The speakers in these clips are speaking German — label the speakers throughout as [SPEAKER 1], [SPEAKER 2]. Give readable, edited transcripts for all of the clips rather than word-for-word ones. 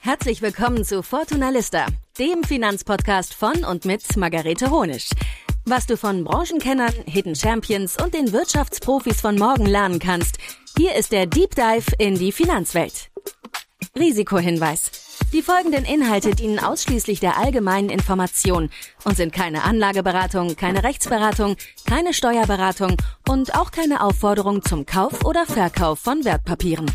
[SPEAKER 1] Herzlich willkommen zu Fortuna Lista, dem Finanzpodcast von und mit Margarete Honisch. Was du von Branchenkennern, Hidden Champions und den Wirtschaftsprofis von morgen lernen kannst, hier ist der Deep Dive in die Finanzwelt. Risikohinweis: Die folgenden Inhalte dienen ausschließlich der allgemeinen Information und sind keine Anlageberatung, keine Rechtsberatung, keine Steuerberatung und auch keine Aufforderung zum Kauf oder Verkauf von Wertpapieren.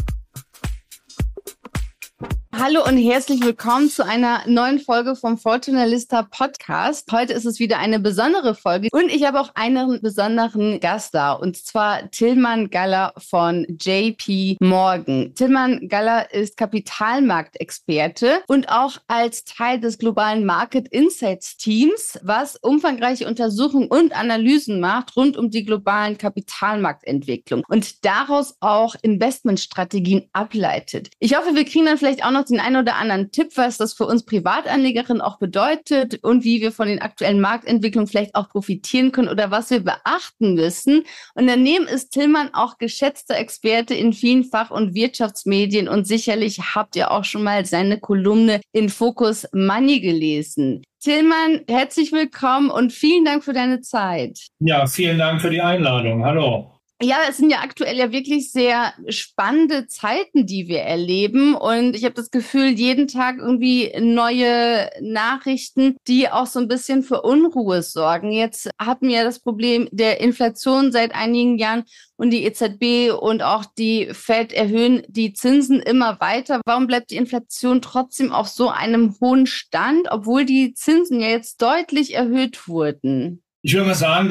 [SPEAKER 2] Hallo und herzlich willkommen zu einer neuen Folge vom Fortuna Lista Podcast. Heute ist es wieder eine besondere Folge und ich habe auch einen besonderen Gast da, und zwar Tilman Galler von JP Morgan. Tilman Galler ist Kapitalmarktexperte und auch als Teil des globalen Market Insights Teams, was umfangreiche Untersuchungen und Analysen macht rund um die globalen Kapitalmarktentwicklung und daraus auch Investmentstrategien ableitet. Ich hoffe, wir kriegen dann vielleicht auch noch den einen oder anderen Tipp, was das für uns Privatanlegerinnen auch bedeutet und wie wir von den aktuellen Marktentwicklungen vielleicht auch profitieren können oder was wir beachten müssen. Und daneben ist Tilman auch geschätzter Experte in vielen Fach- und Wirtschaftsmedien und sicherlich habt ihr auch schon mal seine Kolumne in Focus Money gelesen. Tilman, herzlich willkommen und vielen Dank für deine Zeit.
[SPEAKER 3] Ja, vielen Dank für die Einladung. Hallo.
[SPEAKER 2] Ja, es sind ja aktuell ja wirklich sehr spannende Zeiten, die wir erleben. Und ich habe das Gefühl, jeden Tag irgendwie neue Nachrichten, die auch so ein bisschen für Unruhe sorgen. Jetzt hatten wir ja das Problem der Inflation seit einigen Jahren und die EZB und auch die Fed erhöhen die Zinsen immer weiter. Warum bleibt die Inflation trotzdem auf so einem hohen Stand, obwohl die Zinsen ja jetzt deutlich erhöht wurden?
[SPEAKER 3] Ich würde mal sagen,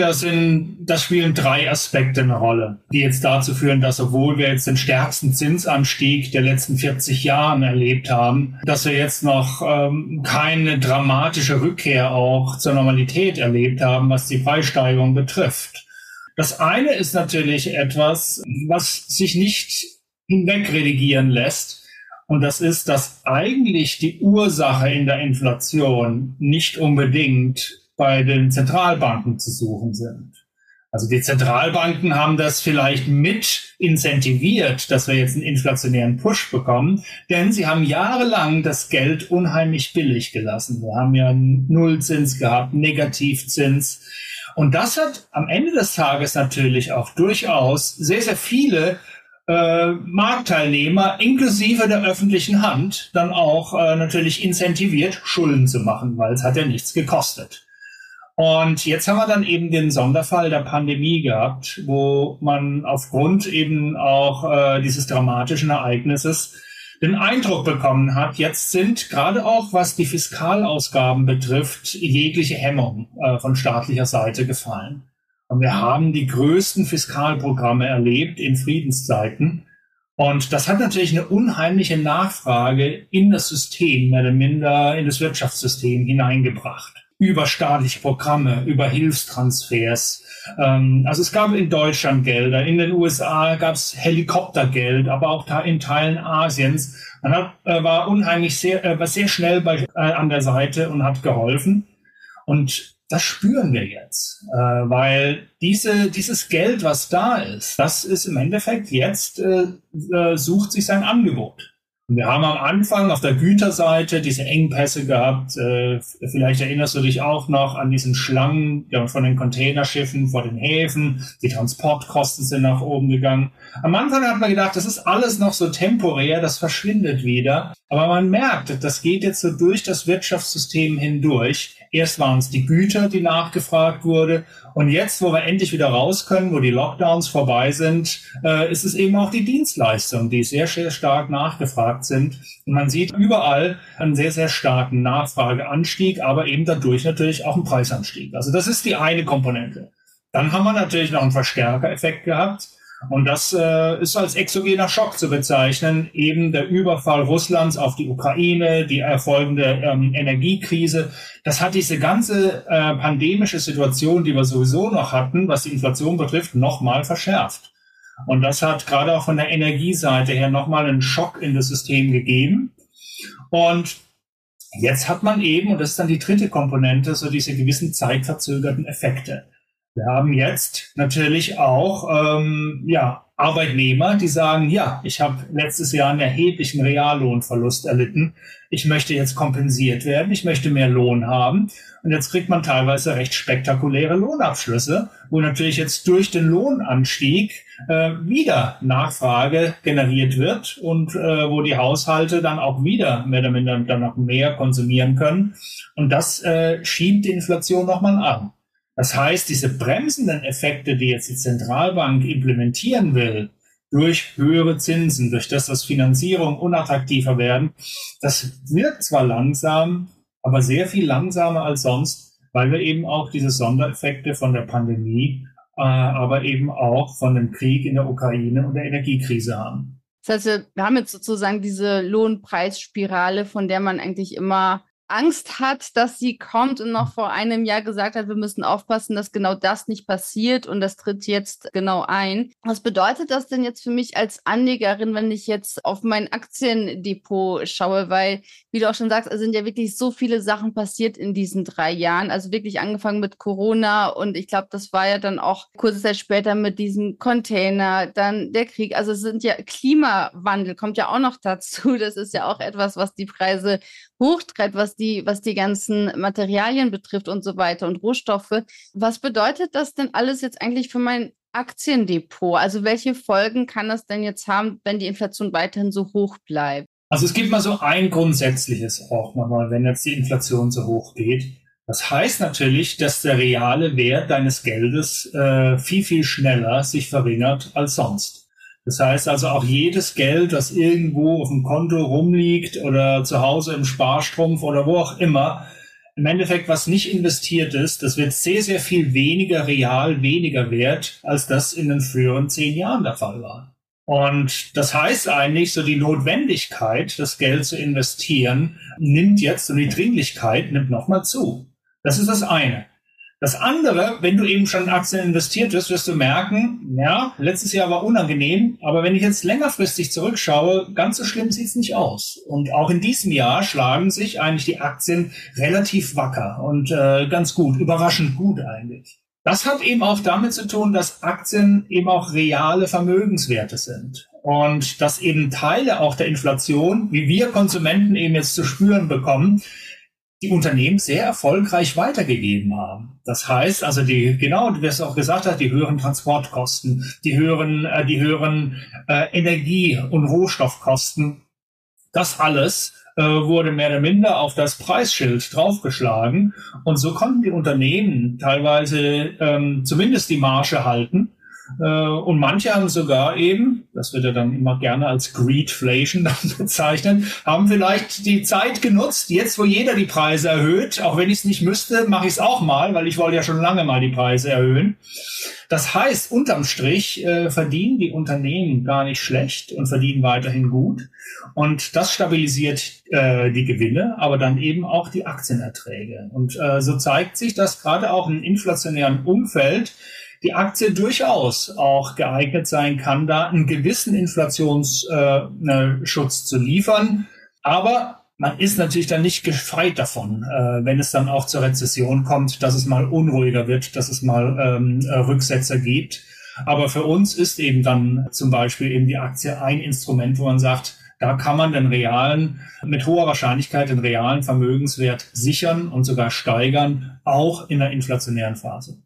[SPEAKER 3] das spielen drei Aspekte eine Rolle, die jetzt dazu führen, dass, obwohl wir jetzt den stärksten Zinsanstieg der letzten 40 Jahre erlebt haben, dass wir jetzt noch keine dramatische Rückkehr auch zur Normalität erlebt haben, was die Preissteigerung betrifft. Das eine ist natürlich etwas, was sich nicht hinwegredigieren lässt. Und das ist, dass eigentlich die Ursache in der Inflation nicht unbedingt bei den Zentralbanken zu suchen sind. Also die Zentralbanken haben das vielleicht mit incentiviert, dass wir jetzt einen inflationären Push bekommen, denn sie haben jahrelang das Geld unheimlich billig gelassen. Wir haben ja Nullzins gehabt, Negativzins. Und das hat am Ende des Tages natürlich auch durchaus sehr, sehr viele Marktteilnehmer inklusive der öffentlichen Hand dann auch natürlich incentiviert, Schulden zu machen, weil es hat ja nichts gekostet. Und jetzt haben wir dann eben den Sonderfall der Pandemie gehabt, wo man aufgrund eben auch dieses dramatischen Ereignisses den Eindruck bekommen hat, jetzt sind gerade auch, was die Fiskalausgaben betrifft, jegliche Hemmung von staatlicher Seite gefallen. Und wir haben die größten Fiskalprogramme erlebt in Friedenszeiten. Und das hat natürlich eine unheimliche Nachfrage in das System, mehr oder minder in das Wirtschaftssystem hineingebracht. Über staatliche Programme, über Hilfstransfers. Also es gab in Deutschland Gelder, in den USA gab es Helikoptergeld, aber auch da in Teilen Asiens. Man war unheimlich sehr schnell an der Seite und hat geholfen. Und das spüren wir jetzt, weil dieses Geld, was da ist, das ist im Endeffekt jetzt, sucht sich sein Angebot. Wir haben am Anfang auf der Güterseite diese Engpässe gehabt. Vielleicht erinnerst du dich auch noch an diesen Schlangen von den Containerschiffen vor den Häfen. Die Transportkosten sind nach oben gegangen. Am Anfang hat man gedacht, das ist alles noch so temporär, das verschwindet wieder. Aber man merkt, das geht jetzt so durch das Wirtschaftssystem hindurch. Erst waren es die Güter, die nachgefragt wurde. Und jetzt, wo wir endlich wieder raus können, wo die Lockdowns vorbei sind, ist es eben auch die Dienstleistungen, die sehr, sehr stark nachgefragt sind. Und man sieht überall einen sehr, sehr starken Nachfrageanstieg, aber eben dadurch natürlich auch einen Preisanstieg. Also das ist die eine Komponente. Dann haben wir natürlich noch einen Verstärkereffekt gehabt. Und das ist als exogener Schock zu bezeichnen, eben der Überfall Russlands auf die Ukraine, die erfolgende Energiekrise. Das hat diese ganze pandemische Situation, die wir sowieso noch hatten, was die Inflation betrifft, nochmal verschärft. Und das hat gerade auch von der Energieseite her nochmal einen Schock in das System gegeben. Und jetzt hat man eben, und das ist dann die dritte Komponente, so diese gewissen zeitverzögerten Effekte. Wir haben jetzt natürlich auch Arbeitnehmer, die sagen, ja, ich habe letztes Jahr einen erheblichen Reallohnverlust erlitten. Ich möchte jetzt kompensiert werden, ich möchte mehr Lohn haben. Und jetzt kriegt man teilweise recht spektakuläre Lohnabschlüsse, wo natürlich jetzt durch den Lohnanstieg wieder Nachfrage generiert wird und wo die Haushalte dann auch wieder mehr oder minder dann noch mehr konsumieren können. Und das schiebt die Inflation nochmal an. Das heißt, diese bremsenden Effekte, die jetzt die Zentralbank implementieren will, durch höhere Zinsen, durch das, dass Finanzierung unattraktiver werden, das wirkt zwar langsam, aber sehr viel langsamer als sonst, weil wir eben auch diese Sondereffekte von der Pandemie, aber eben auch von dem Krieg in der Ukraine und der Energiekrise haben.
[SPEAKER 2] Das heißt, wir haben jetzt sozusagen diese Lohnpreisspirale, von der man eigentlich immer Angst hat, dass sie kommt und noch vor einem Jahr gesagt hat, wir müssen aufpassen, dass genau das nicht passiert und das tritt jetzt genau ein. Was bedeutet das denn jetzt für mich als Anlegerin, wenn ich jetzt auf mein Aktiendepot schaue? Weil, wie du auch schon sagst, es sind ja wirklich so viele Sachen passiert in diesen 3 Jahren. Also wirklich angefangen mit Corona und ich glaube, das war ja dann auch kurze Zeit später mit diesem Container, dann der Krieg. Also es sind ja Klimawandel, kommt ja auch noch dazu. Das ist ja auch etwas, was die Preise hochtreibt, was die ganzen Materialien betrifft und so weiter und Rohstoffe. Was bedeutet das denn alles jetzt eigentlich für mein Aktiendepot? Also welche Folgen kann das denn jetzt haben, wenn die Inflation weiterhin so hoch bleibt?
[SPEAKER 3] Also es gibt mal so ein grundsätzliches auch nochmal, wenn jetzt die Inflation so hoch geht. Das heißt natürlich, dass der reale Wert deines Geldes viel, viel schneller sich verringert als sonst. Das heißt also auch jedes Geld, das irgendwo auf dem Konto rumliegt oder zu Hause im Sparstrumpf oder wo auch immer, im Endeffekt, was nicht investiert ist, das wird sehr, sehr viel weniger real, weniger wert, als das in den früheren 10 Jahren der Fall war. Und das heißt eigentlich, so die Notwendigkeit, das Geld zu investieren, nimmt jetzt und die Dringlichkeit nimmt nochmal zu. Das ist das eine. Das andere, wenn du eben schon in Aktien investiert bist, wirst du merken, ja, letztes Jahr war unangenehm, aber wenn ich jetzt längerfristig zurückschaue, ganz so schlimm sieht's nicht aus. Und auch in diesem Jahr schlagen sich eigentlich die Aktien relativ wacker und ganz gut, überraschend gut eigentlich. Das hat eben auch damit zu tun, dass Aktien eben auch reale Vermögenswerte sind. Und dass eben Teile auch der Inflation, wie wir Konsumenten eben jetzt zu spüren bekommen, die Unternehmen sehr erfolgreich weitergegeben haben. Das heißt also wie es auch gesagt hat, die höheren Transportkosten, die höheren Energie- und Rohstoffkosten, das alles wurde mehr oder minder auf das Preisschild draufgeschlagen. Und so konnten die Unternehmen teilweise zumindest die Marge halten. Und manche haben sogar eben, das wird ja dann immer gerne als Greedflation dann bezeichnet, haben vielleicht die Zeit genutzt, jetzt wo jeder die Preise erhöht, auch wenn ich es nicht müsste, mache ich es auch mal, weil ich wollte ja schon lange mal die Preise erhöhen. Das heißt, unterm Strich verdienen die Unternehmen gar nicht schlecht und verdienen weiterhin gut. Und das stabilisiert die Gewinne, aber dann eben auch die Aktienerträge. Und so zeigt sich, dass gerade auch im inflationären Umfeld die Aktie durchaus auch geeignet sein kann, da einen gewissen Inflationsschutz zu liefern. Aber man ist natürlich dann nicht gefeit davon, wenn es dann auch zur Rezession kommt, dass es mal unruhiger wird, dass es mal Rücksetzer gibt. Aber für uns ist eben dann zum Beispiel eben die Aktie ein Instrument, wo man sagt, da kann man mit hoher Wahrscheinlichkeit den realen Vermögenswert sichern und sogar steigern, auch in der inflationären Phase.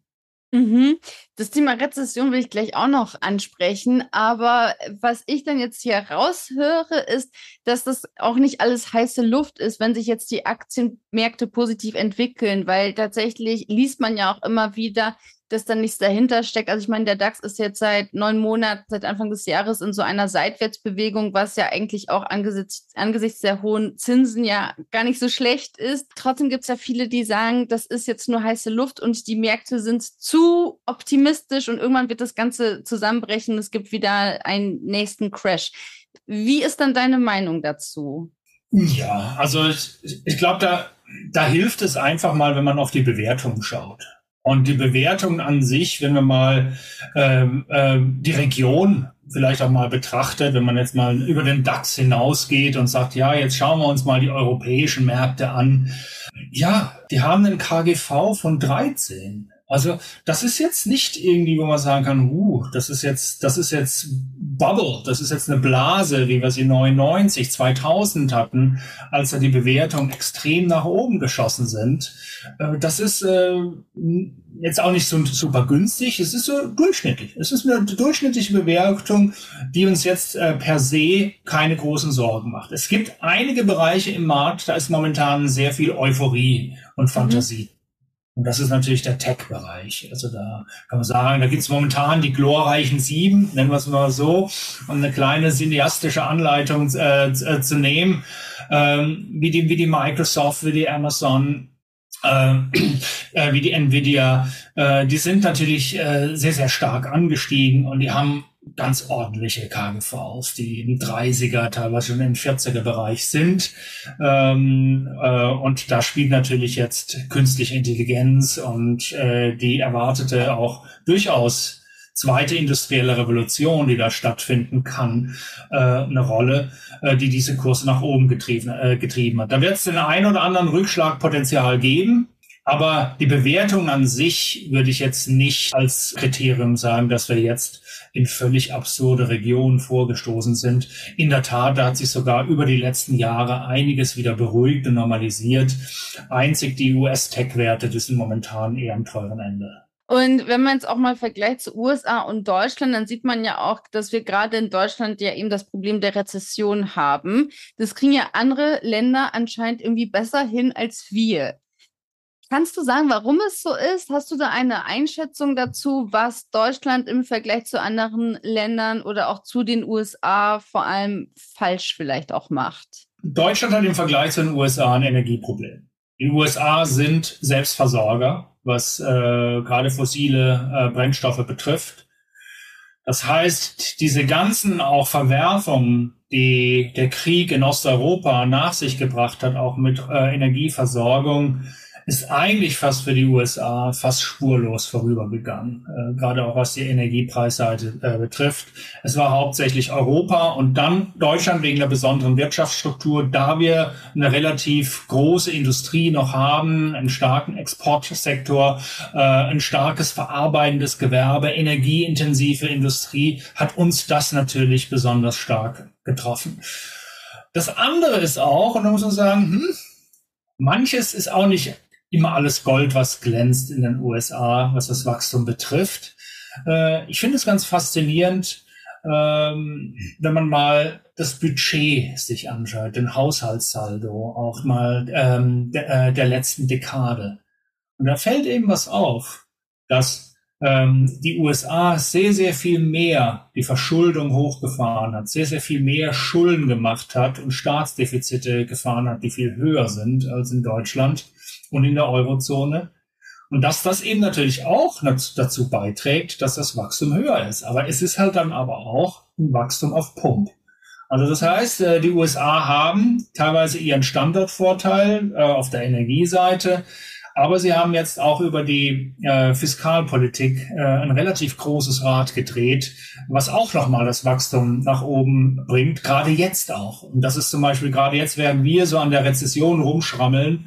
[SPEAKER 2] Das Thema Rezession will ich gleich auch noch ansprechen, aber was ich dann jetzt hier raushöre, ist, dass das auch nicht alles heiße Luft ist, wenn sich jetzt die Aktienmärkte positiv entwickeln, weil tatsächlich liest man ja auch immer wieder, dass da nichts dahinter steckt. Also ich meine, der DAX ist jetzt seit 9 Monaten, seit Anfang des Jahres in so einer Seitwärtsbewegung, was ja eigentlich auch angesichts der hohen Zinsen ja gar nicht so schlecht ist. Trotzdem gibt es ja viele, die sagen, das ist jetzt nur heiße Luft und die Märkte sind zu optimistisch und irgendwann wird das Ganze zusammenbrechen. Es gibt wieder einen nächsten Crash. Wie ist dann deine Meinung dazu?
[SPEAKER 3] Ja, also ich glaube, da hilft es einfach mal, wenn man auf die Bewertungen schaut. Und die Bewertung an sich, wenn man mal die Region vielleicht auch mal betrachtet, wenn man jetzt mal über den DAX hinausgeht und sagt, ja, jetzt schauen wir uns mal die europäischen Märkte an. Ja, die haben einen KGV von 13. Also das ist jetzt nicht irgendwie, wo man sagen kann, das ist jetzt Bubble, das ist jetzt eine Blase, wie wir sie 99, 2000 hatten, als da die Bewertungen extrem nach oben geschossen sind. Das ist jetzt auch nicht so super günstig, es ist so durchschnittlich. Es ist eine durchschnittliche Bewertung, die uns jetzt per se keine großen Sorgen macht. Es gibt einige Bereiche im Markt, da ist momentan sehr viel Euphorie und Fantasie. Und das ist natürlich der Tech-Bereich. Also da kann man sagen, da gibt es momentan die glorreichen 7, nennen wir es mal so, um eine kleine cineastische Anleitung zu nehmen, wie die Microsoft, wie die Amazon, wie die Nvidia. Die sind natürlich sehr, sehr stark angestiegen und die haben ganz ordentliche KGVs, die im 30er, teilweise schon im 40er Bereich sind. Und da spielt natürlich jetzt künstliche Intelligenz und die erwartete auch durchaus zweite industrielle Revolution, die da stattfinden kann, eine Rolle, die diese Kurse nach oben getrieben hat. Da wird es den einen oder anderen Rückschlagpotenzial geben. Aber die Bewertung an sich würde ich jetzt nicht als Kriterium sagen, dass wir jetzt in völlig absurde Regionen vorgestoßen sind. In der Tat, da hat sich sogar über die letzten Jahre einiges wieder beruhigt und normalisiert. Einzig die US-Tech-Werte, die sind momentan eher am teuren Ende.
[SPEAKER 2] Und wenn man jetzt auch mal vergleicht zu USA und Deutschland, dann sieht man ja auch, dass wir gerade in Deutschland ja eben das Problem der Rezession haben. Das kriegen ja andere Länder anscheinend irgendwie besser hin als wir. Kannst du sagen, warum es so ist? Hast du da eine Einschätzung dazu, was Deutschland im Vergleich zu anderen Ländern oder auch zu den USA vor allem falsch vielleicht auch macht?
[SPEAKER 3] Deutschland hat im Vergleich zu den USA ein Energieproblem. Die USA sind Selbstversorger, was gerade fossile Brennstoffe betrifft. Das heißt, diese ganzen auch Verwerfungen, die der Krieg in Osteuropa nach sich gebracht hat, auch mit Energieversorgung, ist eigentlich fast für die USA fast spurlos vorübergegangen, gerade auch was die Energiepreisseite betrifft. Es war hauptsächlich Europa und dann Deutschland wegen der besonderen Wirtschaftsstruktur, da wir eine relativ große Industrie noch haben, einen starken Exportsektor, ein starkes verarbeitendes Gewerbe, energieintensive Industrie, hat uns das natürlich besonders stark getroffen. Das andere ist auch, und da muss man sagen, manches ist auch nicht immer alles Gold, was glänzt in den USA, was das Wachstum betrifft. Ich finde es ganz faszinierend, wenn man mal das Budget sich anschaut, den Haushaltssaldo, auch mal der letzten Dekade. Und da fällt eben was auf, dass die USA sehr, sehr viel mehr die Verschuldung hochgefahren hat, sehr, sehr viel mehr Schulden gemacht hat und Staatsdefizite gefahren hat, die viel höher sind als in Deutschland und in der Eurozone. Und dass das eben natürlich auch dazu beiträgt, dass das Wachstum höher ist. Aber es ist halt dann aber auch ein Wachstum auf Pump. Also das heißt, die USA haben teilweise ihren Standortvorteil auf der Energieseite, aber sie haben jetzt auch über die Fiskalpolitik ein relativ großes Rad gedreht, was auch nochmal das Wachstum nach oben bringt, gerade jetzt auch. Und das ist zum Beispiel gerade jetzt, während wir so an der Rezession rumschrammeln,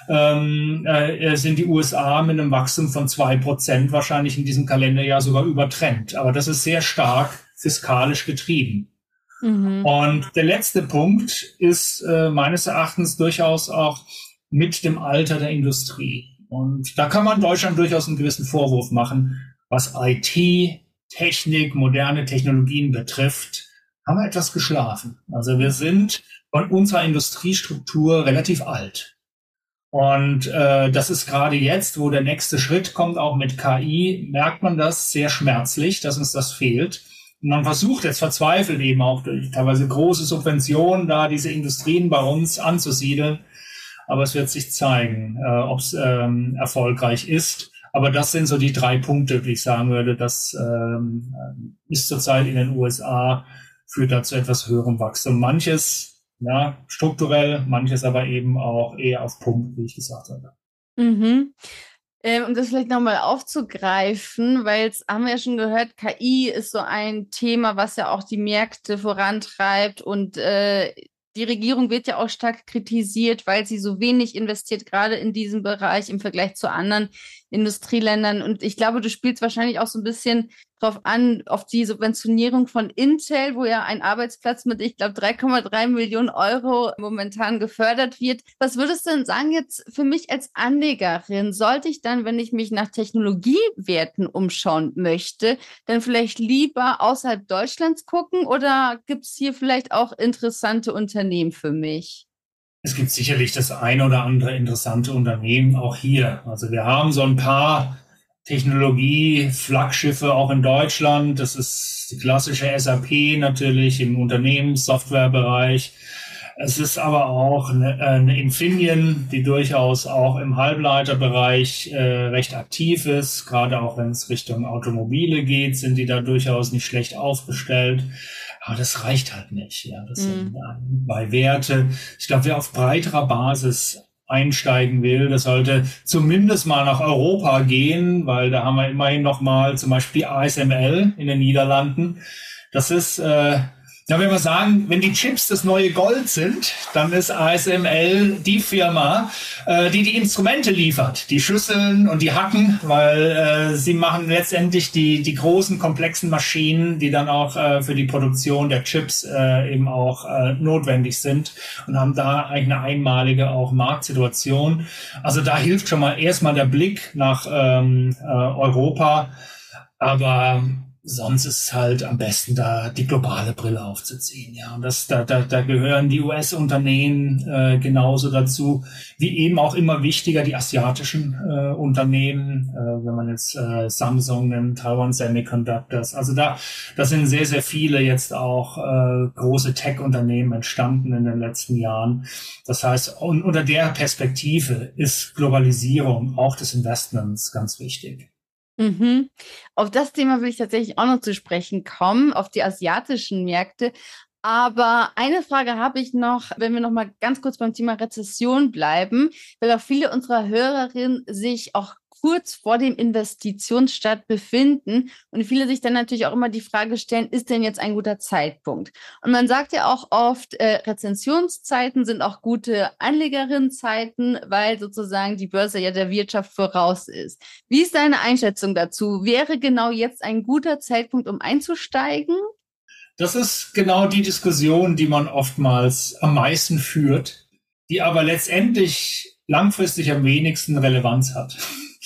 [SPEAKER 3] sind die USA mit einem Wachstum von 2% wahrscheinlich in diesem Kalenderjahr sogar übertrend. Aber das ist sehr stark fiskalisch getrieben. Und der letzte Punkt ist meines Erachtens durchaus auch mit dem Alter der Industrie. Und da kann man Deutschland durchaus einen gewissen Vorwurf machen, was IT, Technik, moderne Technologien betrifft, haben wir etwas geschlafen. Also wir sind von unserer Industriestruktur relativ alt. Und das ist gerade jetzt, wo der nächste Schritt kommt, auch mit KI, merkt man das sehr schmerzlich, dass uns das fehlt. Und man versucht jetzt verzweifelt eben auch durch teilweise große Subventionen da diese Industrien bei uns anzusiedeln. Aber es wird sich zeigen, ob es erfolgreich ist. Aber das sind so die 3 Punkte, die ich sagen würde, das ist zurzeit in den USA, führt dazu etwas höherem Wachstum. Manches ja, strukturell, manches aber eben auch eher auf Pump, wie ich gesagt habe.
[SPEAKER 2] Um das vielleicht nochmal aufzugreifen, weil jetzt haben wir ja schon gehört, KI ist so ein Thema, was ja auch die Märkte vorantreibt und die Regierung wird ja auch stark kritisiert, weil sie so wenig investiert, gerade in diesem Bereich im Vergleich zu anderen Industrieländern. Und ich glaube, du spielst wahrscheinlich auch so ein bisschen drauf an, auf die Subventionierung von Intel, wo ja ein Arbeitsplatz mit, ich glaube, 3,3 Millionen Euro momentan gefördert wird. Was würdest du denn sagen jetzt für mich als Anlegerin? Sollte ich dann, wenn ich mich nach Technologiewerten umschauen möchte, dann vielleicht lieber außerhalb Deutschlands gucken oder gibt es hier vielleicht auch interessante Unternehmen für mich?
[SPEAKER 3] Es gibt sicherlich das eine oder andere interessante Unternehmen auch hier. Also wir haben so ein paar Technologie-Flaggschiffe auch in Deutschland. Das ist die klassische SAP natürlich im Unternehmenssoftwarebereich. Es ist aber auch eine Infineon, die durchaus auch im Halbleiterbereich recht aktiv ist. Gerade auch wenn es Richtung Automobile geht, sind die da durchaus nicht schlecht aufgestellt. Aber das reicht halt nicht. Ja, das sind bei Werte. Ich glaube, wer auf breiterer Basis einsteigen will, das sollte zumindest mal nach Europa gehen, weil da haben wir immerhin noch mal zum Beispiel ASML in den Niederlanden. Das ist ja, wenn wir sagen, wenn die Chips das neue Gold sind, dann ist ASML die Firma, die Instrumente liefert, die Schüsseln und die Hacken, weil sie machen letztendlich die großen, komplexen Maschinen, die dann auch für die Produktion der Chips eben auch notwendig sind und haben da eigentlich eine einmalige auch Marktsituation. Also da hilft schon mal erstmal der Blick nach Europa, aber sonst ist es halt am besten, da die globale Brille aufzuziehen. Ja, und da gehören die US-Unternehmen genauso dazu, wie eben auch immer wichtiger die asiatischen Unternehmen, wenn man jetzt Samsung nimmt, Taiwan Semiconductors. Also da sind sehr, sehr viele jetzt auch große Tech-Unternehmen entstanden in den letzten Jahren. Das heißt, unter der Perspektive ist Globalisierung auch des Investments ganz wichtig.
[SPEAKER 2] Mhm. Auf das Thema will ich tatsächlich auch noch zu sprechen kommen, auf die asiatischen Märkte. Aber eine Frage habe ich noch, wenn wir noch mal ganz kurz beim Thema Rezession bleiben, weil auch viele unserer Hörerinnen sich auch kurz vor dem Investitionsstart befinden und viele sich dann natürlich auch immer die Frage stellen, ist denn jetzt ein guter Zeitpunkt? Und man sagt ja auch oft, Rezessionszeiten sind auch gute Anlegerinnenzeiten, weil sozusagen die Börse ja der Wirtschaft voraus ist. Wie ist deine Einschätzung dazu? Wäre genau jetzt ein guter Zeitpunkt, um einzusteigen?
[SPEAKER 3] Das ist genau die Diskussion, die man oftmals am meisten führt, die aber letztendlich langfristig am wenigsten Relevanz hat.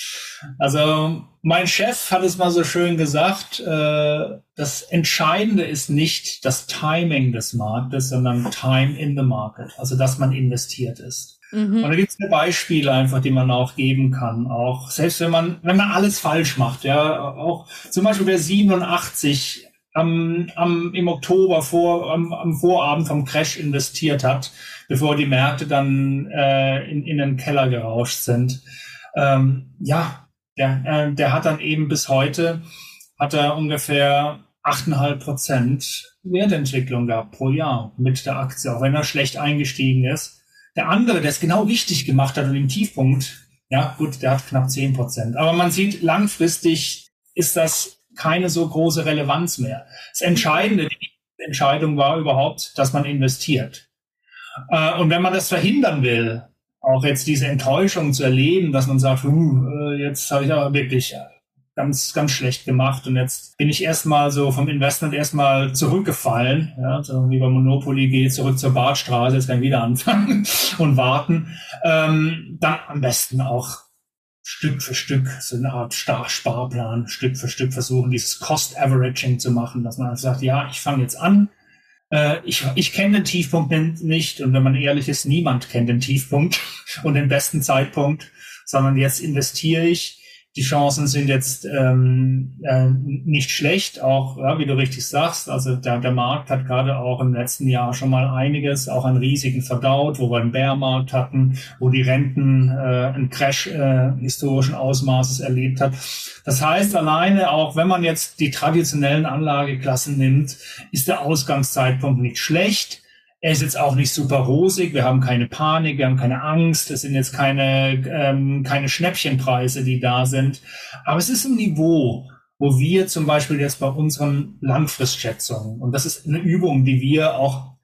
[SPEAKER 3] Also mein Chef hat es mal so schön gesagt, das Entscheidende ist nicht das Timing des Marktes, sondern Time in the Market, also dass man investiert ist. Und da gibt es Beispiele einfach, die man auch geben kann, auch selbst wenn man alles falsch macht, ja, auch zum Beispiel der 87 im Oktober am Vorabend vom Crash investiert hat, bevor die Märkte dann in den Keller gerauscht sind. Der hat dann eben bis heute ungefähr 8,5% Wertentwicklung gehabt pro Jahr mit der Aktie, auch wenn er schlecht eingestiegen ist. Der andere, der es genau richtig gemacht hat und im Tiefpunkt, ja gut, der hat knapp 10%. Aber man sieht, langfristig ist das keine so große Relevanz mehr. Das Entscheidende, die Entscheidung war überhaupt, dass man investiert. Und wenn man das verhindern will, auch jetzt diese Enttäuschung zu erleben, dass man sagt, jetzt habe ich aber wirklich ganz, ganz schlecht gemacht und jetzt bin ich erstmal so vom Investment erstmal zurückgefallen, ja, so wie bei Monopoly, gehe zurück zur Badstraße, jetzt kann ich wieder anfangen und warten, dann am besten auch Stück für Stück, so eine Art Sparplan, Stück für Stück versuchen, dieses Cost-Averaging zu machen, dass man sagt, ja, ich fange jetzt an, ich kenne den Tiefpunkt nicht und wenn man ehrlich ist, niemand kennt den Tiefpunkt und den besten Zeitpunkt, sondern jetzt investiere ich. Die Chancen sind jetzt nicht schlecht, auch wie du richtig sagst. Also der Markt hat gerade auch im letzten Jahr schon mal einiges auch an Risiken verdaut, wo wir einen Bärmarkt hatten, wo die Renten einen Crash historischen Ausmaßes erlebt hat. Das heißt, alleine auch wenn man jetzt die traditionellen Anlageklassen nimmt, ist der Ausgangszeitpunkt nicht schlecht. Er ist jetzt auch nicht super rosig, wir haben keine Panik, wir haben keine Angst, es sind jetzt keine Schnäppchenpreise, die da sind. Aber es ist ein Niveau, wo wir zum Beispiel jetzt bei unseren Langfristschätzungen, und das ist eine Übung, die wir auch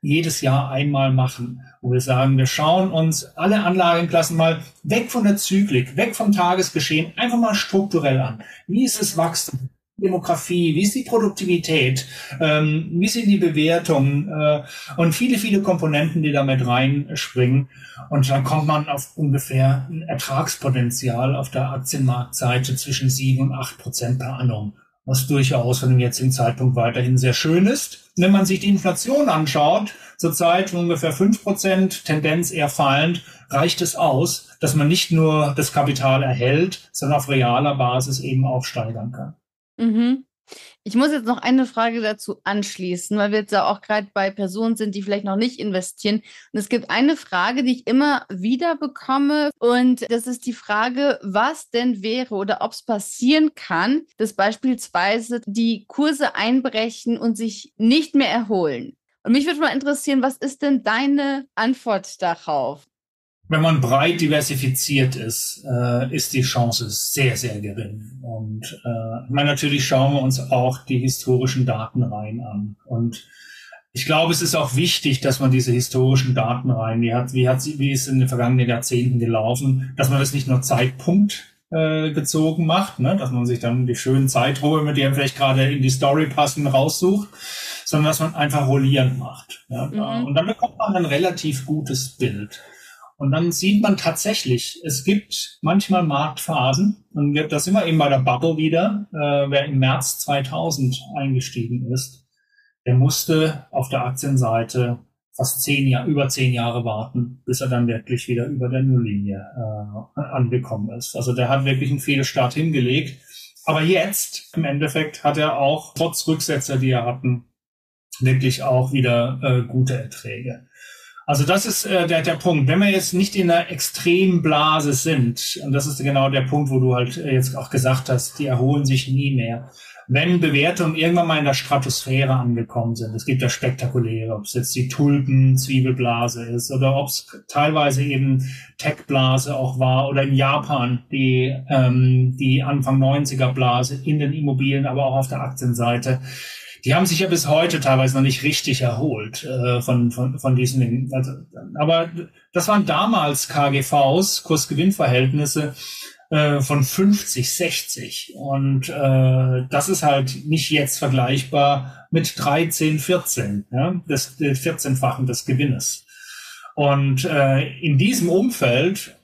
[SPEAKER 3] jedes Jahr einmal machen, wo wir sagen, wir schauen uns alle Anlagenklassen mal weg von der Zyklik, weg vom Tagesgeschehen, einfach mal strukturell an. Wie ist das Wachstum? Demografie, wie ist die Produktivität, wie sind die Bewertungen und viele, viele Komponenten, die damit reinspringen. Und dann kommt man auf ungefähr ein Ertragspotenzial auf der Aktienmarktseite zwischen 7 und 8% per annum, was durchaus von dem jetzigen Zeitpunkt weiterhin sehr schön ist. Wenn man sich die Inflation anschaut, zurzeit ungefähr 5%, Tendenz eher fallend, reicht es aus, dass man nicht nur das Kapital erhält, sondern auf realer Basis eben auch steigern kann.
[SPEAKER 2] Mhm. Ich muss jetzt noch eine Frage dazu anschließen, weil wir jetzt ja auch gerade bei Personen sind, die vielleicht noch nicht investieren. Und es gibt eine Frage, die ich immer wieder bekomme. Und das ist die Frage, was denn wäre oder ob es passieren kann, dass beispielsweise die Kurse einbrechen und sich nicht mehr erholen. Und mich würde mal interessieren, was ist denn deine Antwort darauf?
[SPEAKER 3] Wenn man breit diversifiziert ist, ist die Chance sehr, sehr gering. Und natürlich schauen wir uns auch die historischen Datenreihen an. Und ich glaube, es ist auch wichtig, dass man diese historischen Datenreihen, wie ist in den vergangenen Jahrzehnten gelaufen, dass man das nicht nur zeitpunktbezogen macht, ne, dass man sich dann die schönen Zeiträume, die einem vielleicht gerade in die Story passen, raussucht, sondern dass man einfach rollierend macht. Ja, und dann bekommt man ein relativ gutes Bild. Und dann sieht man tatsächlich, es gibt manchmal Marktphasen, und da sind wir eben bei der Bubble wieder, wer im März 2000 eingestiegen ist, der musste auf der Aktienseite fast über 10 Jahre warten, bis er dann wirklich wieder über der Nulllinie angekommen ist. Also der hat wirklich einen Fehlstart hingelegt. Aber jetzt, im Endeffekt, hat er auch, trotz Rücksetzer, die er hatten, wirklich auch wieder gute Erträge. Also das ist der Punkt. Wenn wir jetzt nicht in einer Extremblase sind, und das ist genau der Punkt, wo du halt jetzt auch gesagt hast, die erholen sich nie mehr. Wenn Bewertungen irgendwann mal in der Stratosphäre angekommen sind, es gibt ja spektakuläre, ob es jetzt die Tulpen-Zwiebelblase ist oder ob es teilweise eben Tech-Blase auch war oder in Japan die Anfang 90er-Blase in den Immobilien, aber auch auf der Aktienseite. Die haben sich ja bis heute teilweise noch nicht richtig erholt von diesen Dingen. Also, aber das waren damals KGVs, Kurs-Gewinn-Verhältnisse von 50, 60. Und das ist halt nicht jetzt vergleichbar mit 13, 14, ja, das 14-fachen des Gewinnes. Und in diesem Umfeld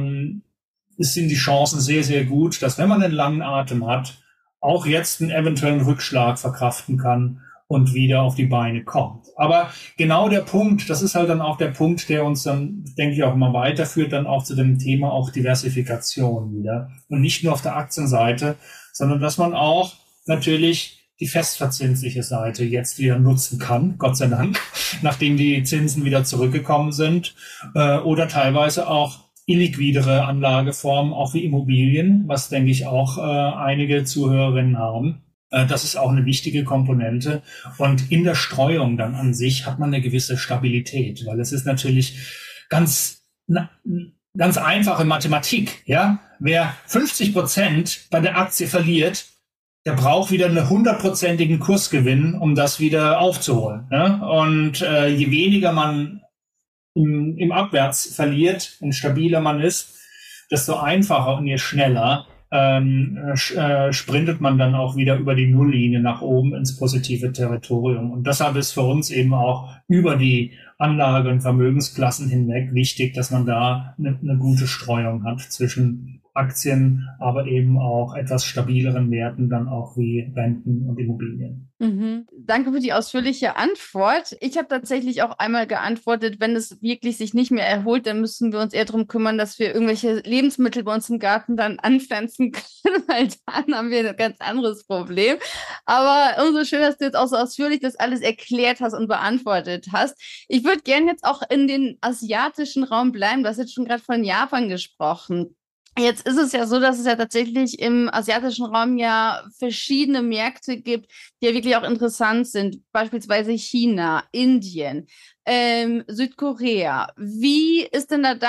[SPEAKER 3] sind die Chancen sehr, sehr gut, dass wenn man einen langen Atem hat, auch jetzt einen eventuellen Rückschlag verkraften kann und wieder auf die Beine kommt. Aber genau der Punkt, das ist halt dann auch der Punkt, der uns dann, denke ich, auch immer weiterführt, dann auch zu dem Thema auch Diversifikation wieder. Und nicht nur auf der Aktienseite, sondern dass man auch natürlich die festverzinsliche Seite jetzt wieder nutzen kann, Gott sei Dank, nachdem die Zinsen wieder zurückgekommen sind, oder teilweise auch illiquidere Anlageformen, auch wie Immobilien, was, denke ich, auch einige Zuhörerinnen haben. Das ist auch eine wichtige Komponente. Und in der Streuung dann an sich hat man eine gewisse Stabilität, weil es ist natürlich ganz einfache Mathematik. Ja, wer 50% bei der Aktie verliert, der braucht wieder einen 100%igen Kursgewinn, um das wieder aufzuholen. Ja? Und je weniger man im Abwärts verliert, je stabiler man ist, desto einfacher und je schneller sprintet man dann auch wieder über die Nulllinie nach oben ins positive Territorium. Und deshalb ist für uns eben auch über die Anlage- und Vermögensklassen hinweg wichtig, dass man da eine gute Streuung hat zwischen Aktien, aber eben auch etwas stabileren Werten, dann auch wie Renten und Immobilien.
[SPEAKER 2] Mhm. Danke für die ausführliche Antwort. Ich habe tatsächlich auch einmal geantwortet, wenn es wirklich sich nicht mehr erholt, dann müssen wir uns eher darum kümmern, dass wir irgendwelche Lebensmittel bei uns im Garten dann anpflanzen können, weil dann haben wir ein ganz anderes Problem. Aber umso schöner, dass du jetzt auch so ausführlich das alles erklärt hast und beantwortet hast. Ich würde gerne jetzt auch in den asiatischen Raum bleiben. Du hast jetzt schon gerade von Japan gesprochen. Jetzt ist es ja so, dass es ja tatsächlich im asiatischen Raum ja verschiedene Märkte gibt, die ja wirklich auch interessant sind. Beispielsweise China, Indien, Südkorea. Wie ist denn da deine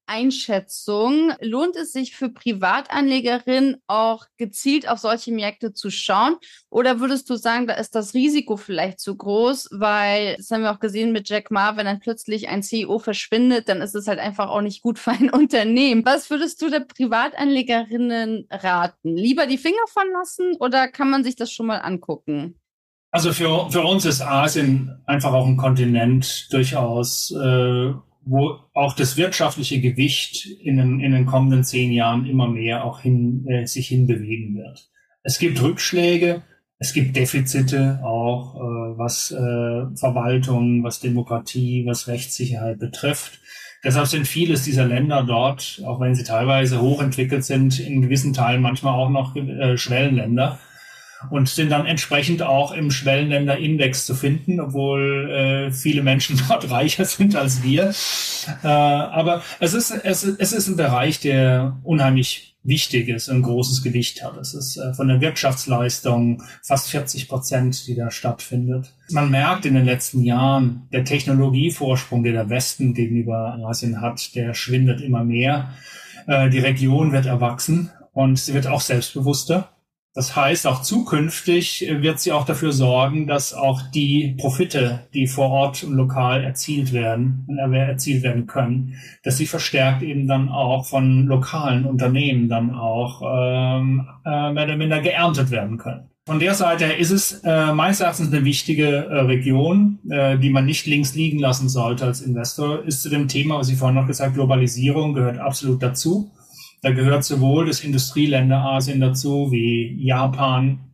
[SPEAKER 2] Einschätzung, lohnt es sich für Privatanlegerinnen auch gezielt auf solche Märkte zu schauen? Oder würdest du sagen, da ist das Risiko vielleicht zu groß, weil, das haben wir auch gesehen mit Jack Ma, wenn dann plötzlich ein CEO verschwindet, dann ist es halt einfach auch nicht gut für ein Unternehmen. Was würdest du der Privatanlegerinnen raten? Lieber die Finger von lassen oder kann man sich das schon mal angucken?
[SPEAKER 3] Also für uns ist Asien einfach auch ein Kontinent durchaus, wo auch das wirtschaftliche Gewicht in den kommenden 10 Jahren immer mehr auch sich hinbewegen wird. Es gibt Rückschläge, es gibt Defizite auch, was Verwaltung, was Demokratie, was Rechtssicherheit betrifft. Deshalb sind vieles dieser Länder dort, auch wenn sie teilweise hochentwickelt sind, in gewissen Teilen manchmal auch noch Schwellenländer. Und sind dann entsprechend auch im Schwellenländer-Index zu finden, obwohl viele Menschen dort reicher sind als wir. Aber es ist ein Bereich, der unheimlich wichtig ist, ein großes Gewicht hat. Es ist von der Wirtschaftsleistung fast 40%, die da stattfindet. Man merkt in den letzten Jahren, der Technologievorsprung, den der Westen gegenüber Asien hat, der schwindet immer mehr. Die Region wird erwachsen und sie wird auch selbstbewusster. Das heißt, auch zukünftig wird sie auch dafür sorgen, dass auch die Profite, die vor Ort und lokal erzielt werden können, dass sie verstärkt eben dann auch von lokalen Unternehmen dann auch mehr oder minder geerntet werden können. Von der Seite her ist es meines Erachtens eine wichtige Region, die man nicht links liegen lassen sollte als Investor. Ist zu dem Thema, was ich vorhin noch gesagt habe, Globalisierung gehört absolut dazu. Da gehört sowohl das Industrieländer Asien dazu, wie Japan,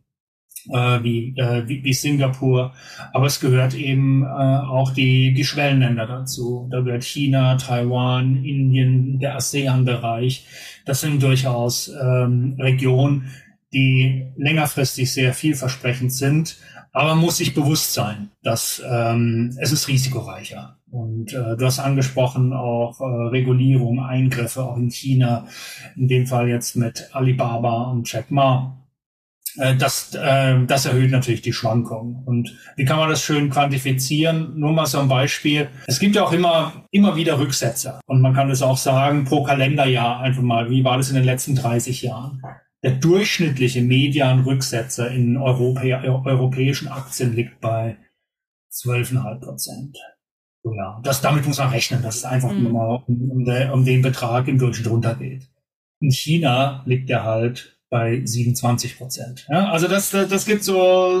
[SPEAKER 3] wie Singapur, aber es gehört eben auch die Schwellenländer dazu. Da gehört China, Taiwan, Indien, der ASEAN-Bereich. Das sind durchaus Regionen, die längerfristig sehr vielversprechend sind, aber man muss sich bewusst sein, dass es ist risikoreicher. Und du hast angesprochen auch Regulierung, Eingriffe auch in China, in dem Fall jetzt mit Alibaba und Jack Ma. Das erhöht natürlich die Schwankungen. Und wie kann man das schön quantifizieren? Nur mal so ein Beispiel. Es gibt ja auch immer wieder Rücksetzer. Und man kann das auch sagen, pro Kalenderjahr einfach mal, wie war das in den letzten 30 Jahren? Der durchschnittliche Median-Rücksetzer in europäischen Aktien liegt bei 12,5%. Ja, damit muss man rechnen, dass es einfach nur mal um den Betrag im Durchschnitt runtergeht. In China liegt der halt bei 27%. Ja, also das gibt so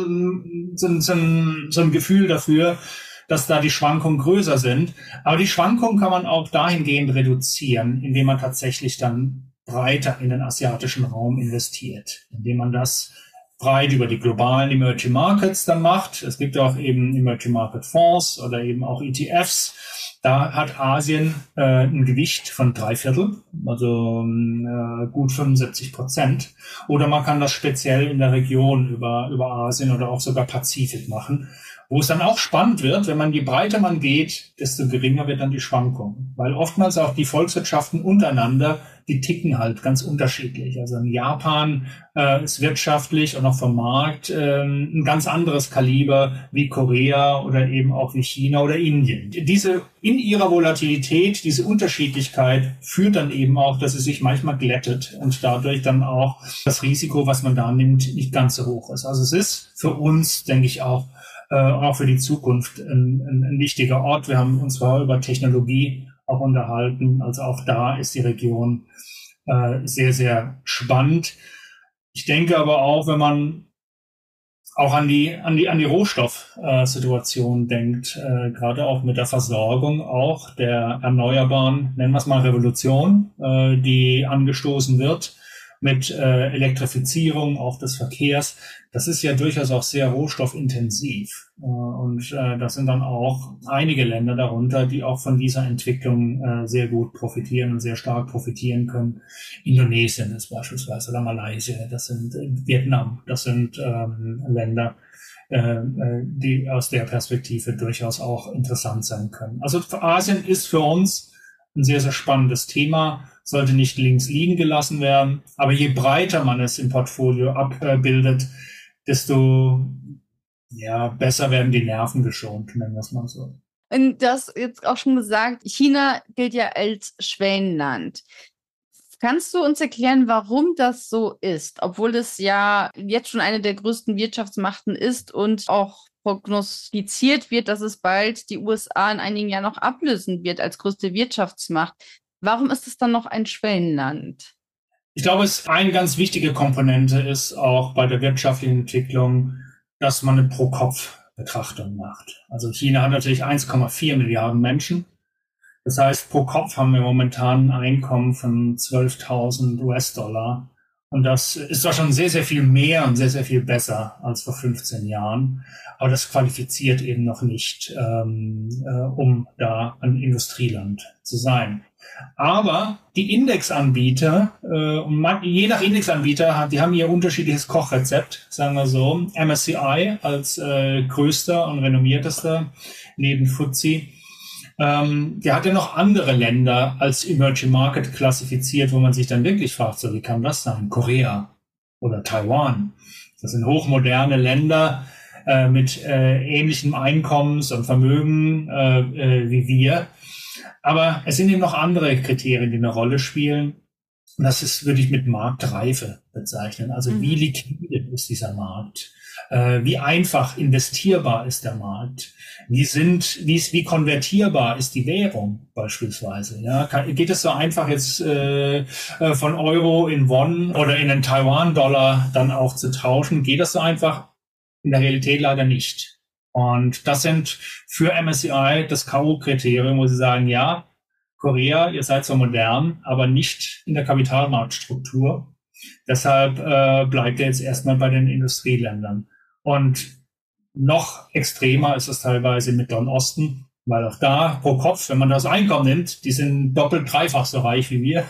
[SPEAKER 3] ein Gefühl dafür, dass da die Schwankungen größer sind. Aber die Schwankungen kann man auch dahingehend reduzieren, indem man tatsächlich dann breiter in den asiatischen Raum investiert, indem man das breit über die globalen Emerging Markets dann macht. Es gibt auch eben Emerging Market Fonds oder eben auch ETFs. Da hat Asien ein Gewicht von 3/4, also gut 75%. Oder man kann das speziell in der Region über Asien oder auch sogar Pazifik machen, wo es dann auch spannend wird, wenn man je breiter man geht, desto geringer wird dann die Schwankung. Weil oftmals auch die Volkswirtschaften untereinander, die ticken halt ganz unterschiedlich. Also in Japan ist wirtschaftlich und auch vom Markt ein ganz anderes Kaliber wie Korea oder eben auch wie China oder Indien. Diese in ihrer Volatilität, diese Unterschiedlichkeit führt dann eben auch, dass es sich manchmal glättet und dadurch dann auch das Risiko, was man da nimmt, nicht ganz so hoch ist. Also es ist für uns, denke ich, auch für die Zukunft ein wichtiger Ort. Wir haben uns zwar über Technologie auch unterhalten, also auch da ist die Region sehr, sehr spannend. Ich denke aber auch, wenn man auch an die Rohstoffsituation denkt, gerade auch mit der Versorgung auch der erneuerbaren, nennen wir es mal Revolution, die angestoßen wird mit Elektrifizierung auch des Verkehrs. Das ist ja durchaus auch sehr rohstoffintensiv. Und das sind dann auch einige Länder darunter, die auch von dieser Entwicklung sehr gut profitieren und sehr stark profitieren können. Indonesien ist beispielsweise oder Malaysia, das sind Vietnam, das sind Länder, die aus der Perspektive durchaus auch interessant sein können. Also Asien ist für uns ein sehr, sehr spannendes Thema, sollte nicht links liegen gelassen werden. Aber je breiter man es im Portfolio abbildet, desto besser werden die Nerven geschont, nennen wir es mal so.
[SPEAKER 2] Und du hast jetzt auch schon gesagt, China gilt ja als Schwellenland. Kannst du uns erklären, warum das so ist, obwohl es ja jetzt schon eine der größten Wirtschaftsmachten ist und auch prognostiziert wird, dass es bald die USA in einigen Jahren noch ablösen wird als größte Wirtschaftsmacht? Warum ist es dann noch ein Schwellenland?
[SPEAKER 3] Ich glaube, es eine ganz wichtige Komponente ist auch bei der wirtschaftlichen Entwicklung, dass man eine Pro-Kopf-Betrachtung macht. Also China hat natürlich 1,4 Milliarden Menschen. Das heißt, pro Kopf haben wir momentan ein Einkommen von 12.000 US-Dollar. Und das ist zwar schon sehr, sehr viel mehr und sehr, sehr viel besser als vor 15 Jahren. Aber das qualifiziert eben noch nicht, um da ein Industrieland zu sein. Aber die Indexanbieter, je nach Indexanbieter, die haben ihr unterschiedliches Kochrezept, sagen wir so. MSCI als größter und renommiertester neben FTSE. Der hat ja noch andere Länder als Emerging Market klassifiziert, wo man sich dann wirklich fragt, so wie kann das sein? Korea oder Taiwan. Das sind hochmoderne Länder mit ähnlichem Einkommens- und Vermögen wie wir. Aber es sind eben noch andere Kriterien, die eine Rolle spielen. Und das würde ich mit Marktreife bezeichnen. Also wie liquide ist dieser Markt? Wie einfach investierbar ist der Markt? Wie konvertierbar ist die Währung beispielsweise? Ja, geht es so einfach jetzt von Euro in Won oder in den Taiwan-Dollar dann auch zu tauschen? Geht das so einfach? In der Realität leider nicht. Und das sind für MSCI das K.O.-Kriterium, wo sie sagen, ja, Korea, ihr seid so modern, aber nicht in der Kapitalmarktstruktur. Deshalb bleibt ihr jetzt erstmal bei den Industrieländern. Und noch extremer ist es teilweise im Mittleren Osten, weil auch da pro Kopf, wenn man das Einkommen nimmt, die sind doppelt, dreifach so reich wie wir.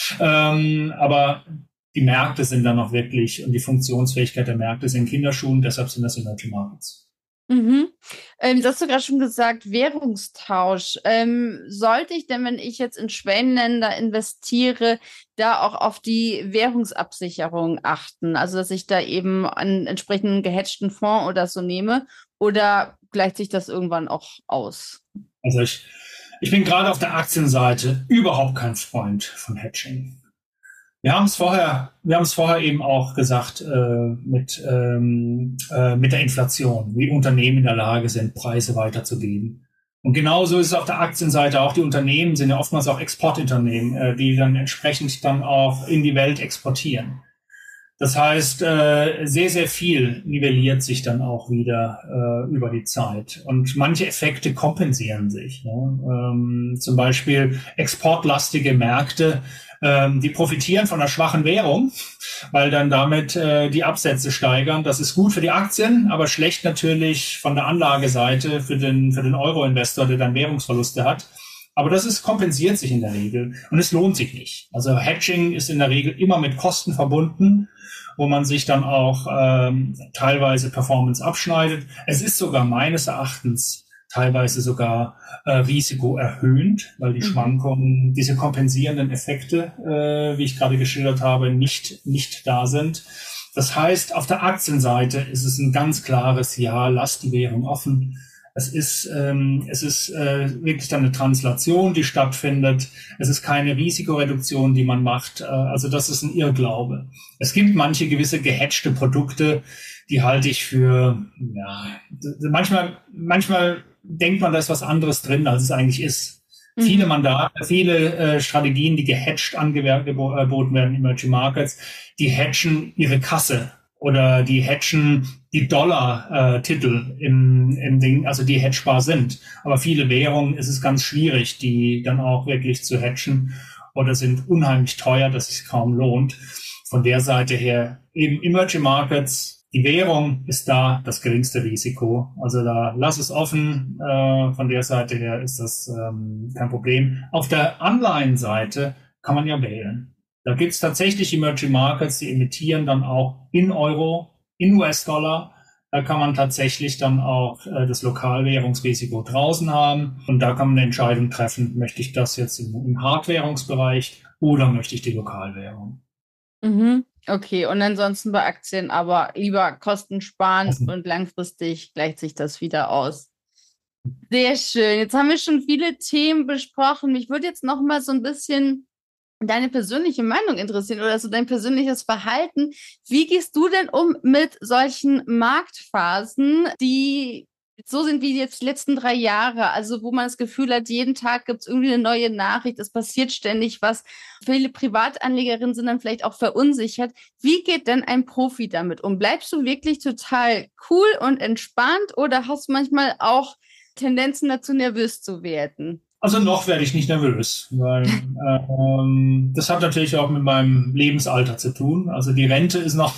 [SPEAKER 3] Aber die Märkte sind dann noch wirklich, und die Funktionsfähigkeit der Märkte sind in Kinderschuhen, deshalb sind das Emerging Markets.
[SPEAKER 2] Mhm. Du hast gerade schon gesagt, Währungstausch. Sollte ich denn, wenn ich jetzt in Schwellenländer investiere, da auch auf die Währungsabsicherung achten? Also, dass ich da eben einen entsprechenden gehatchten Fonds oder so nehme? Oder gleicht sich das irgendwann auch aus?
[SPEAKER 3] Also ich bin gerade auf der Aktienseite überhaupt kein Freund von Hedging. Wir haben es vorher eben auch gesagt mit der Inflation, wie Unternehmen in der Lage sind, Preise weiterzugeben. Und genauso ist es auf der Aktienseite auch. Die Unternehmen sind ja oftmals auch Exportunternehmen, die dann entsprechend dann auch in die Welt exportieren. Das heißt, sehr, sehr viel nivelliert sich dann auch wieder über die Zeit. Und manche Effekte kompensieren sich. Ne? Zum Beispiel exportlastige Märkte, die profitieren von einer schwachen Währung, weil dann damit die Absätze steigern. Das ist gut für die Aktien, aber schlecht natürlich von der Anlageseite für den Euro-Investor, der dann Währungsverluste hat. Aber kompensiert sich in der Regel und es lohnt sich nicht. Also Hedging ist in der Regel immer mit Kosten verbunden, wo man sich dann auch teilweise Performance abschneidet. Es ist sogar meines Erachtens teilweise sogar risikoerhöhend, weil die Schwankungen, diese kompensierenden Effekte, wie ich gerade geschildert habe, nicht da sind. Das heißt, auf der Aktienseite ist es ein ganz klares Ja, lasst die Währung offen. Es ist wirklich dann eine Translation, die stattfindet. Es ist keine Risikoreduktion, die man macht. Also das ist ein Irrglaube. Es gibt manche gewisse gehatchte Produkte, die halte ich für, ja, manchmal denkt man, da ist was anderes drin, als es eigentlich ist. Viele Strategien, die gehatcht angeboten werden in Emerging Markets, die hatchen ihre Kasse oder die hatchen die Dollar-Titel im Ding, also die hedgebar sind. Aber viele Währungen ist es ganz schwierig, die dann auch wirklich zu hatchen oder sind unheimlich teuer, dass es sich kaum lohnt. Von der Seite her eben Emerging Markets, die Währung ist da das geringste Risiko. Also da lass es offen. Von der Seite her ist das kein Problem. Auf der Anleihenseite kann man ja wählen. Da gibt's tatsächlich Emerging Markets, die emittieren dann auch in Euro, in US-Dollar. Da kann man tatsächlich dann auch das Lokalwährungsrisiko draußen haben. Und da kann man eine Entscheidung treffen, möchte ich das jetzt im Hardwährungsbereich oder möchte ich die Lokalwährung.
[SPEAKER 2] Okay, und ansonsten bei Aktien aber lieber Kosten sparen und langfristig gleicht sich das wieder aus. Sehr schön. Jetzt haben wir schon viele Themen besprochen. Mich würde jetzt noch mal so ein bisschen deine persönliche Meinung interessieren oder so dein persönliches Verhalten. Wie gehst du denn um mit solchen Marktphasen, die so sind wie jetzt die letzten 3 Jahre, also wo man das Gefühl hat, jeden Tag gibt es irgendwie eine neue Nachricht, es passiert ständig was. Viele Privatanlegerinnen sind dann vielleicht auch verunsichert. Wie geht denn ein Profi damit um? Bleibst du wirklich total cool und entspannt oder hast du manchmal auch Tendenzen dazu, nervös zu werden?
[SPEAKER 3] Also noch werde ich nicht nervös, weil das hat natürlich auch mit meinem Lebensalter zu tun. Also die Rente ist noch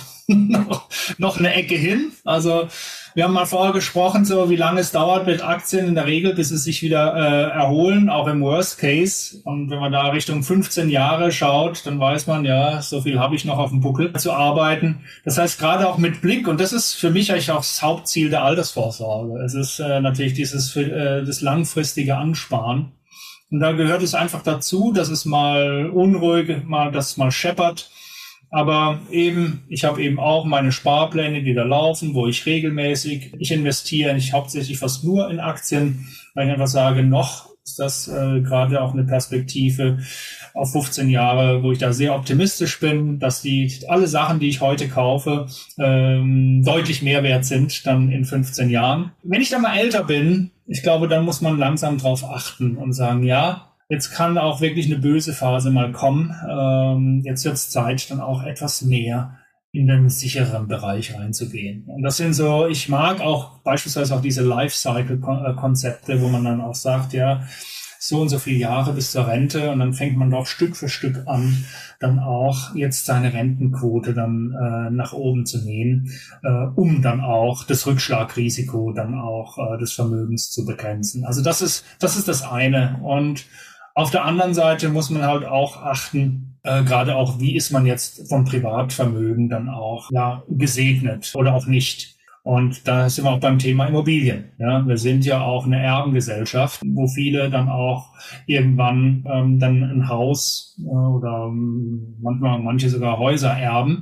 [SPEAKER 3] eine Ecke hin. Also wir haben mal vorher gesprochen, so wie lange es dauert mit Aktien in der Regel, bis sie sich wieder erholen, auch im Worst Case. Und wenn man da Richtung 15 Jahre schaut, dann weiß man, ja, so viel habe ich noch auf dem Buckel zu arbeiten. Das heißt, gerade auch mit Blick, und das ist für mich eigentlich auch das Hauptziel der Altersvorsorge. Es ist natürlich das langfristige Ansparen. Und da gehört es einfach dazu, dass es mal unruhig, dass es mal scheppert. Aber eben, ich habe eben auch meine Sparpläne, die da laufen, wo ich investiere nicht hauptsächlich fast nur in Aktien, weil ich einfach sage, noch ist das gerade auch eine Perspektive auf 15 Jahre, wo ich da sehr optimistisch bin, dass alle Sachen, die ich heute kaufe, deutlich mehr wert sind dann in 15 Jahren. Wenn ich dann mal älter bin, ich glaube, dann muss man langsam drauf achten und sagen, ja, jetzt kann auch wirklich eine böse Phase mal kommen. Jetzt wird es Zeit, dann auch etwas mehr in den sicheren Bereich reinzugehen. Und das sind so, ich mag auch beispielsweise auch diese Lifecycle-Konzepte, wo man dann auch sagt, ja, so und so viele Jahre bis zur Rente und dann fängt man doch Stück für Stück an, dann auch jetzt seine Rentenquote dann nach oben zu nehmen, um dann auch das Rückschlagrisiko dann auch des Vermögens zu begrenzen. Also das ist das eine. Und auf der anderen Seite muss man halt auch achten, gerade auch, wie ist man jetzt vom Privatvermögen dann auch gesegnet oder auch nicht. Und da sind wir auch beim Thema Immobilien. Ja, wir sind ja auch eine Erbengesellschaft, wo viele dann auch irgendwann dann ein Haus oder manche sogar Häuser erben.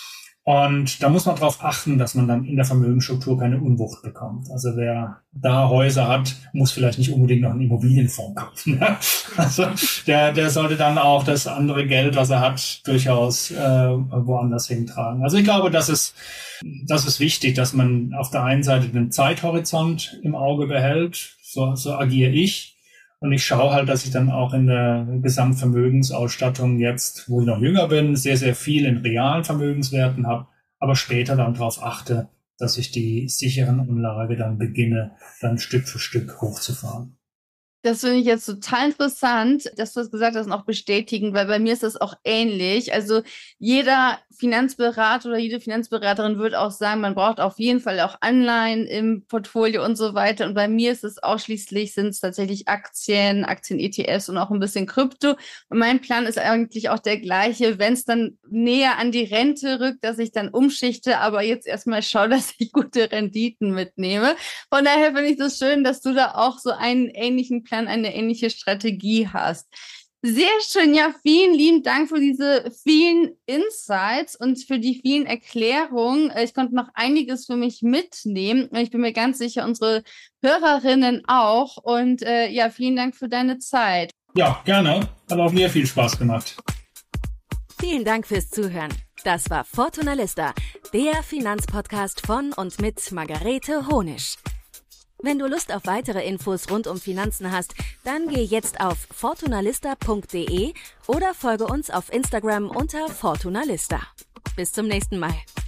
[SPEAKER 3] Und da muss man darauf achten, dass man dann in der Vermögensstruktur keine Unwucht bekommt. Also wer da Häuser hat, muss vielleicht nicht unbedingt noch einen Immobilienfonds kaufen. Also der sollte dann auch das andere Geld, was er hat, durchaus woanders hintragen. Also ich glaube, das ist wichtig, dass man auf der einen Seite den Zeithorizont im Auge behält. So agiere ich. Und ich schaue halt, dass ich dann auch in der Gesamtvermögensausstattung jetzt, wo ich noch jünger bin, sehr, sehr viel in realen Vermögenswerten habe, aber später dann darauf achte, dass ich die sicheren Anlage dann beginne, dann Stück für Stück hochzufahren.
[SPEAKER 2] Das finde ich jetzt total interessant, dass du das gesagt hast und auch bestätigen, weil bei mir ist das auch ähnlich. Also jeder Finanzberater oder jede Finanzberaterin würde auch sagen, man braucht auf jeden Fall auch Anleihen im Portfolio und so weiter. Und bei mir ist es sind es tatsächlich Aktien, ETFs und auch ein bisschen Krypto. Und mein Plan ist eigentlich auch der gleiche, wenn es dann näher an die Rente rückt, dass ich dann umschichte, aber jetzt erstmal schaue, dass ich gute Renditen mitnehme. Von daher finde ich das schön, dass du da auch so einen ähnlichen Plan, eine ähnliche Strategie hast. Sehr schön. Ja, vielen lieben Dank für diese vielen Insights und für die vielen Erklärungen. Ich konnte noch einiges für mich mitnehmen. Ich bin mir ganz sicher, unsere Hörerinnen auch. Und ja, vielen Dank für deine Zeit.
[SPEAKER 3] Ja, gerne. Hat auch mir viel Spaß gemacht.
[SPEAKER 1] Vielen Dank fürs Zuhören. Das war Fortuna Lista, der Finanzpodcast von und mit Margarete Honisch. Wenn du Lust auf weitere Infos rund um Finanzen hast, dann geh jetzt auf fortunalista.de oder folge uns auf Instagram unter Fortunalista. Bis zum nächsten Mal.